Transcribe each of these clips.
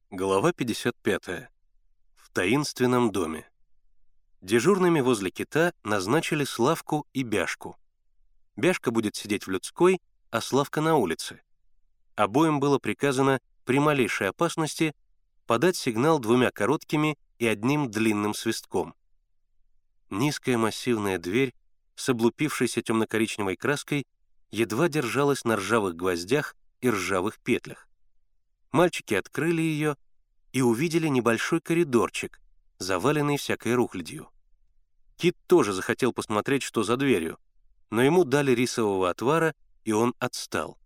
Глава 55. В таинственном доме. Дежурными возле кита назначили Славку и Бяшку. Бяшка будет сидеть в людской, а Славка на улице. Обоим было приказано при малейшей опасности подать сигнал двумя короткими и одним длинным свистком. Низкая массивная дверь с облупившейся темно-коричневой краской едва держалась на ржавых гвоздях и ржавых петлях. Мальчики открыли ее и увидели небольшой коридорчик, заваленный всякой рухлядью. Кит тоже захотел посмотреть, что за дверью, но ему дали рисового отвара, и он отстал.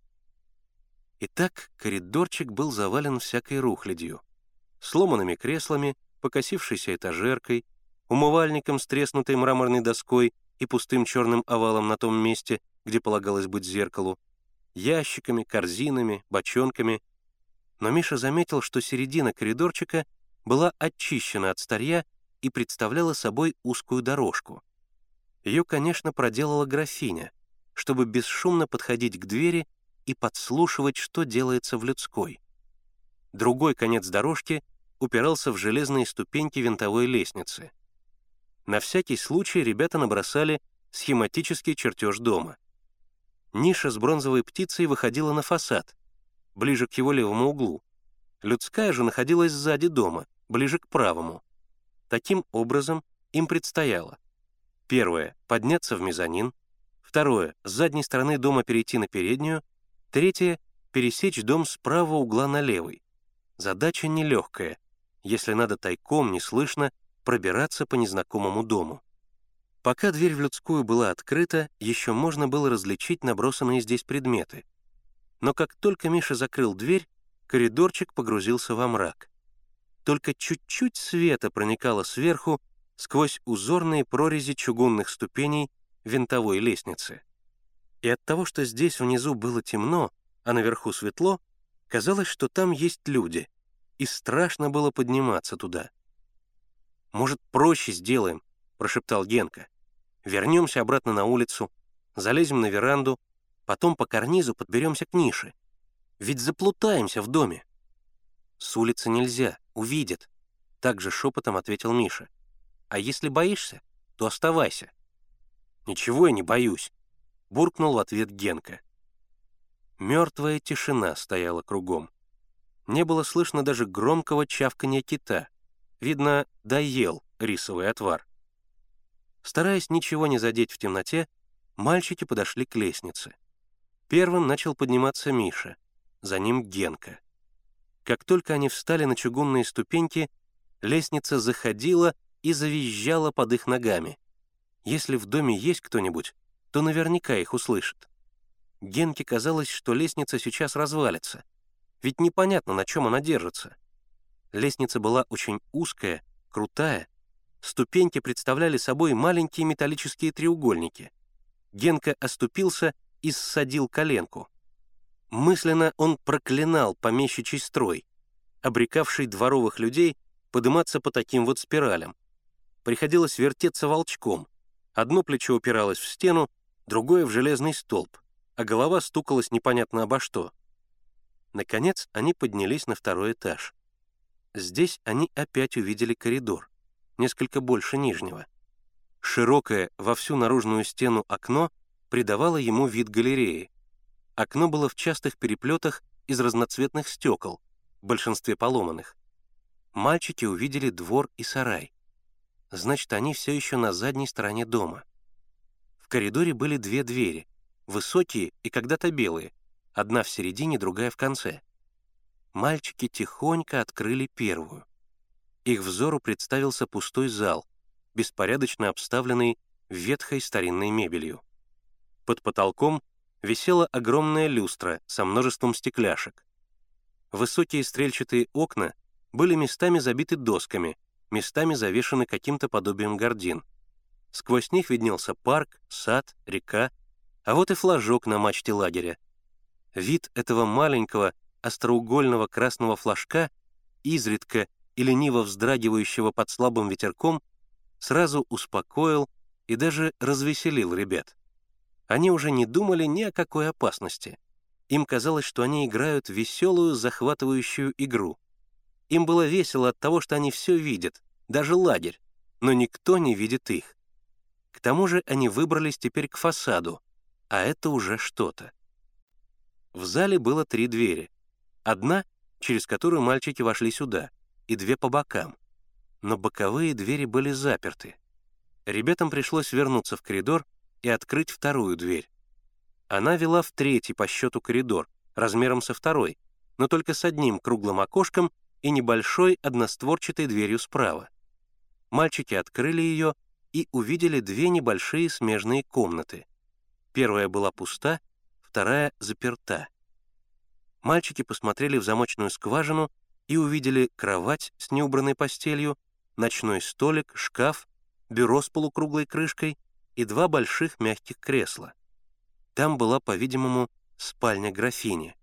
Итак, коридорчик был завален всякой рухлядью, сломанными креслами, покосившейся этажеркой, умывальником с треснутой мраморной доской и пустым черным овалом на том месте, где полагалось быть зеркалу, ящиками, корзинами, бочонками. Но Миша заметил, что середина коридорчика была очищена от старья и представляла собой узкую дорожку. Ее, конечно, проделала графиня, чтобы бесшумно подходить к двери и подслушивать, что делается в людской. Другой конец дорожки упирался в железные ступеньки винтовой лестницы. На всякий случай ребята набросали схематический чертеж дома. Ниша с бронзовой птицей выходила на фасад, ближе к его левому углу. Людская же находилась сзади дома, ближе к правому. Таким образом, им предстояло: первое — подняться в мезонин, второе — с задней стороны дома перейти на переднюю, третье — пересечь дом с правого угла на левый. Задача нелегкая, если надо тайком, неслышно, пробираться по незнакомому дому. Пока дверь в людскую была открыта, еще можно было различить набросанные здесь предметы. Но как только Миша закрыл дверь, коридорчик погрузился во мрак. Только чуть-чуть света проникало сверху сквозь узорные прорези чугунных ступеней винтовой лестницы. И от того, что здесь внизу было темно, а наверху светло, казалось, что там есть люди, и страшно было подниматься туда. «Может, проще сделаем?» — прошептал Генка. «Вернемся обратно на улицу, залезем на веранду, потом по карнизу подберемся к нише. Ведь заплутаемся в доме». «С улицы нельзя, увидят», — также шепотом ответил Миша. «А если боишься, то оставайся». «Ничего я не боюсь», — буркнул в ответ Генка. Мертвая тишина стояла кругом. Не было слышно даже громкого чавканья кита. Видно, доел рисовый отвар. Стараясь ничего не задеть в темноте, мальчики подошли к лестнице. Первым начал подниматься Миша, за ним Генка. Как только они встали на чугунные ступеньки, лестница заходила и завизжала под их ногами. Если в доме есть кто-нибудь, то наверняка их услышит. Генке казалось, что лестница сейчас развалится, ведь непонятно, на чем она держится. Лестница была очень узкая, крутая, ступеньки представляли собой маленькие металлические треугольники. Генка оступился и ссадил коленку. Мысленно он проклинал помещичий строй, обрекавший дворовых людей подниматься по таким вот спиралям. Приходилось вертеться волчком. Одно плечо упиралось в стену, другое — в железный столб, а голова стукалась непонятно обо что. Наконец они поднялись на второй этаж. Здесь они опять увидели коридор, несколько больше нижнего. Широкое во всю наружную стену окно придавало ему вид галереи. Окно было в частых переплетах из разноцветных стекол, в большинстве поломанных. Мальчики увидели двор и сарай. Значит, они все еще на задней стороне дома. В коридоре были две двери, высокие и когда-то белые, одна в середине, другая в конце. Мальчики тихонько открыли первую. Их взору представился пустой зал, беспорядочно обставленный ветхой старинной мебелью. Под потолком висела огромная люстра со множеством стекляшек. Высокие стрельчатые окна были местами забиты досками, местами завешаны каким-то подобием гардин. Сквозь них виднелся парк, сад, река, а вот и флажок на мачте лагеря. Вид этого маленького остроугольного красного флажка, изредка и лениво вздрагивающего под слабым ветерком, сразу успокоил и даже развеселил ребят. Они уже не думали ни о какой опасности. Им казалось, что они играют в веселую, захватывающую игру. Им было весело от того, что они все видят, даже лагерь, но никто не видит их. К тому же они выбрались теперь к фасаду, а это уже что-то. В зале было 3 двери. Одна, через которую мальчики вошли сюда, и 2 по бокам. Но боковые двери были заперты. Ребятам пришлось вернуться в коридор и открыть вторую дверь. Она вела в 3-й по счету коридор, размером со 2-й, но только с одним круглым окошком и небольшой одностворчатой дверью справа. Мальчики открыли ее и увидели 2 небольшие смежные комнаты. Первая была пуста, вторая заперта. Мальчики посмотрели в замочную скважину и увидели кровать с неубранной постелью, ночной столик, шкаф, бюро с полукруглой крышкой и 2 больших мягких кресла. Там была, по-видимому, спальня графини.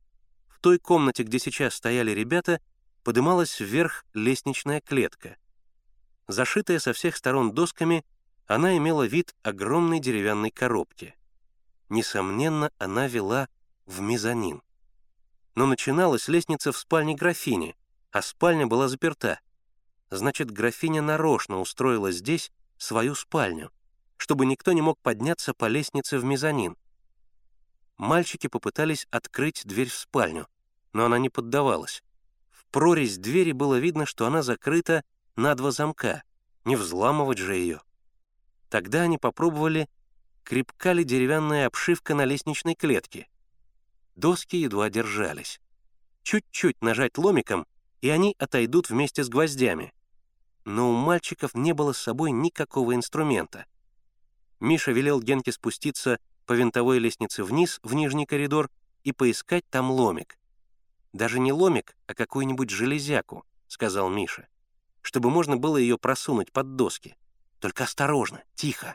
В той комнате, где сейчас стояли ребята, подымалась вверх лестничная клетка. Зашитая со всех сторон досками, она имела вид огромной деревянной коробки. Несомненно, она вела в мезонин. Но начиналась лестница в спальне графини, а спальня была заперта. Значит, графиня нарочно устроила здесь свою спальню, чтобы никто не мог подняться по лестнице в мезонин. Мальчики попытались открыть дверь в спальню, но она не поддавалась. В прорезь двери было видно, что она закрыта на 2 замка, не взламывать же ее. Тогда они попробовали, крепка ли деревянная обшивка на лестничной клетке. Доски едва держались. Чуть-чуть нажать ломиком, и они отойдут вместе с гвоздями. Но у мальчиков не было с собой никакого инструмента. Миша велел Генке спуститься по винтовой лестнице вниз, в нижний коридор, и поискать там ломик. «Даже не ломик, а какую-нибудь железяку», — сказал Миша, чтобы можно было ее просунуть под доски. «Только осторожно, тихо».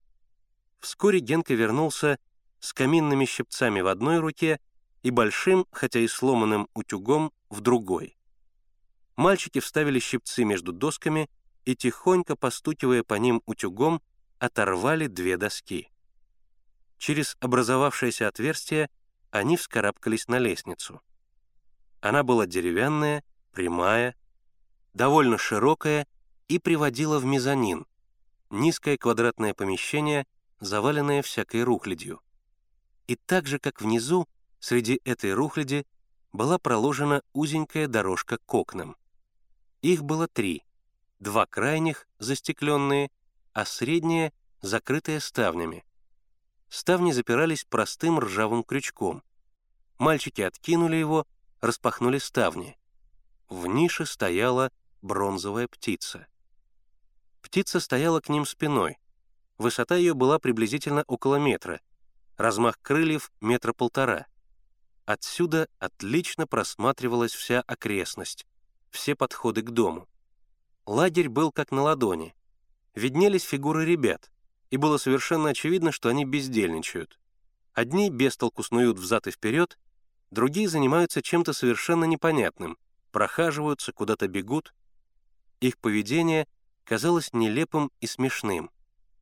Вскоре Генка вернулся с каминными щипцами в одной руке и большим, хотя и сломанным утюгом, в другой. Мальчики вставили щипцы между досками и, тихонько постукивая по ним утюгом, оторвали 2 доски. Через образовавшееся отверстие они вскарабкались на лестницу. Она была деревянная, прямая, довольно широкая и приводила в мезонин, низкое квадратное помещение, заваленное всякой рухлядью. И так же, как внизу, среди этой рухляди была проложена узенькая дорожка к окнам. Их было 3, 2 крайних, застекленные, а среднее — закрытое ставнями. Ставни запирались простым ржавым крючком. Мальчики откинули его, распахнули ставни. В нише стояла бронзовая птица. Птица стояла к ним спиной. Высота ее была приблизительно около метра, размах крыльев — 1,5 метра. Отсюда отлично просматривалась вся окрестность, все подходы к дому. Лагерь был как на ладони. Виднелись фигуры ребят, и было совершенно очевидно, что они бездельничают. Одни без толку снуют взад и вперед, другие занимаются чем-то совершенно непонятным, прохаживаются, куда-то бегут. Их поведение казалось нелепым и смешным.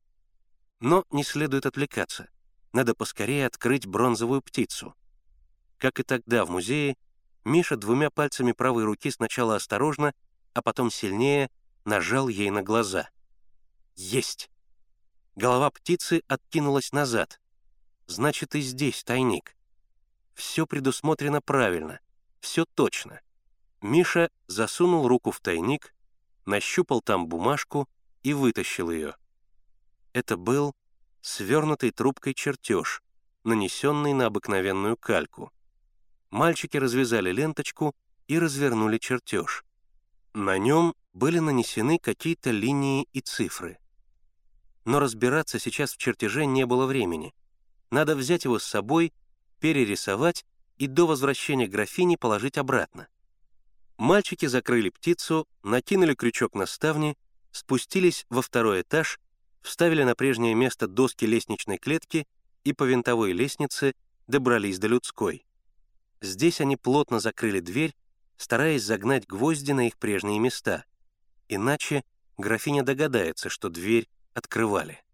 Но не следует отвлекаться. Надо поскорее открыть бронзовую птицу. Как и тогда в музее, Миша 2 пальцами правой руки сначала осторожно, а потом сильнее нажал ей на глаза. Есть! Голова птицы откинулась назад. Значит, и здесь тайник. Все предусмотрено правильно, все точно. Миша засунул руку в тайник, нащупал там бумажку и вытащил ее. Это был свернутый трубкой чертеж, нанесенный на обыкновенную кальку. Мальчики развязали ленточку и развернули чертеж. На нем были нанесены какие-то линии и цифры. Но разбираться сейчас в чертеже не было времени. Надо взять его с собой, перерисовать и до возвращения графини положить обратно. Мальчики закрыли птицу, накинули крючок на ставни, спустились во 2-й этаж, вставили на прежнее место доски лестничной клетки и по винтовой лестнице добрались до людской. Здесь они плотно закрыли дверь, стараясь загнать гвозди на их прежние места. Иначе графиня догадается, что дверь открывали.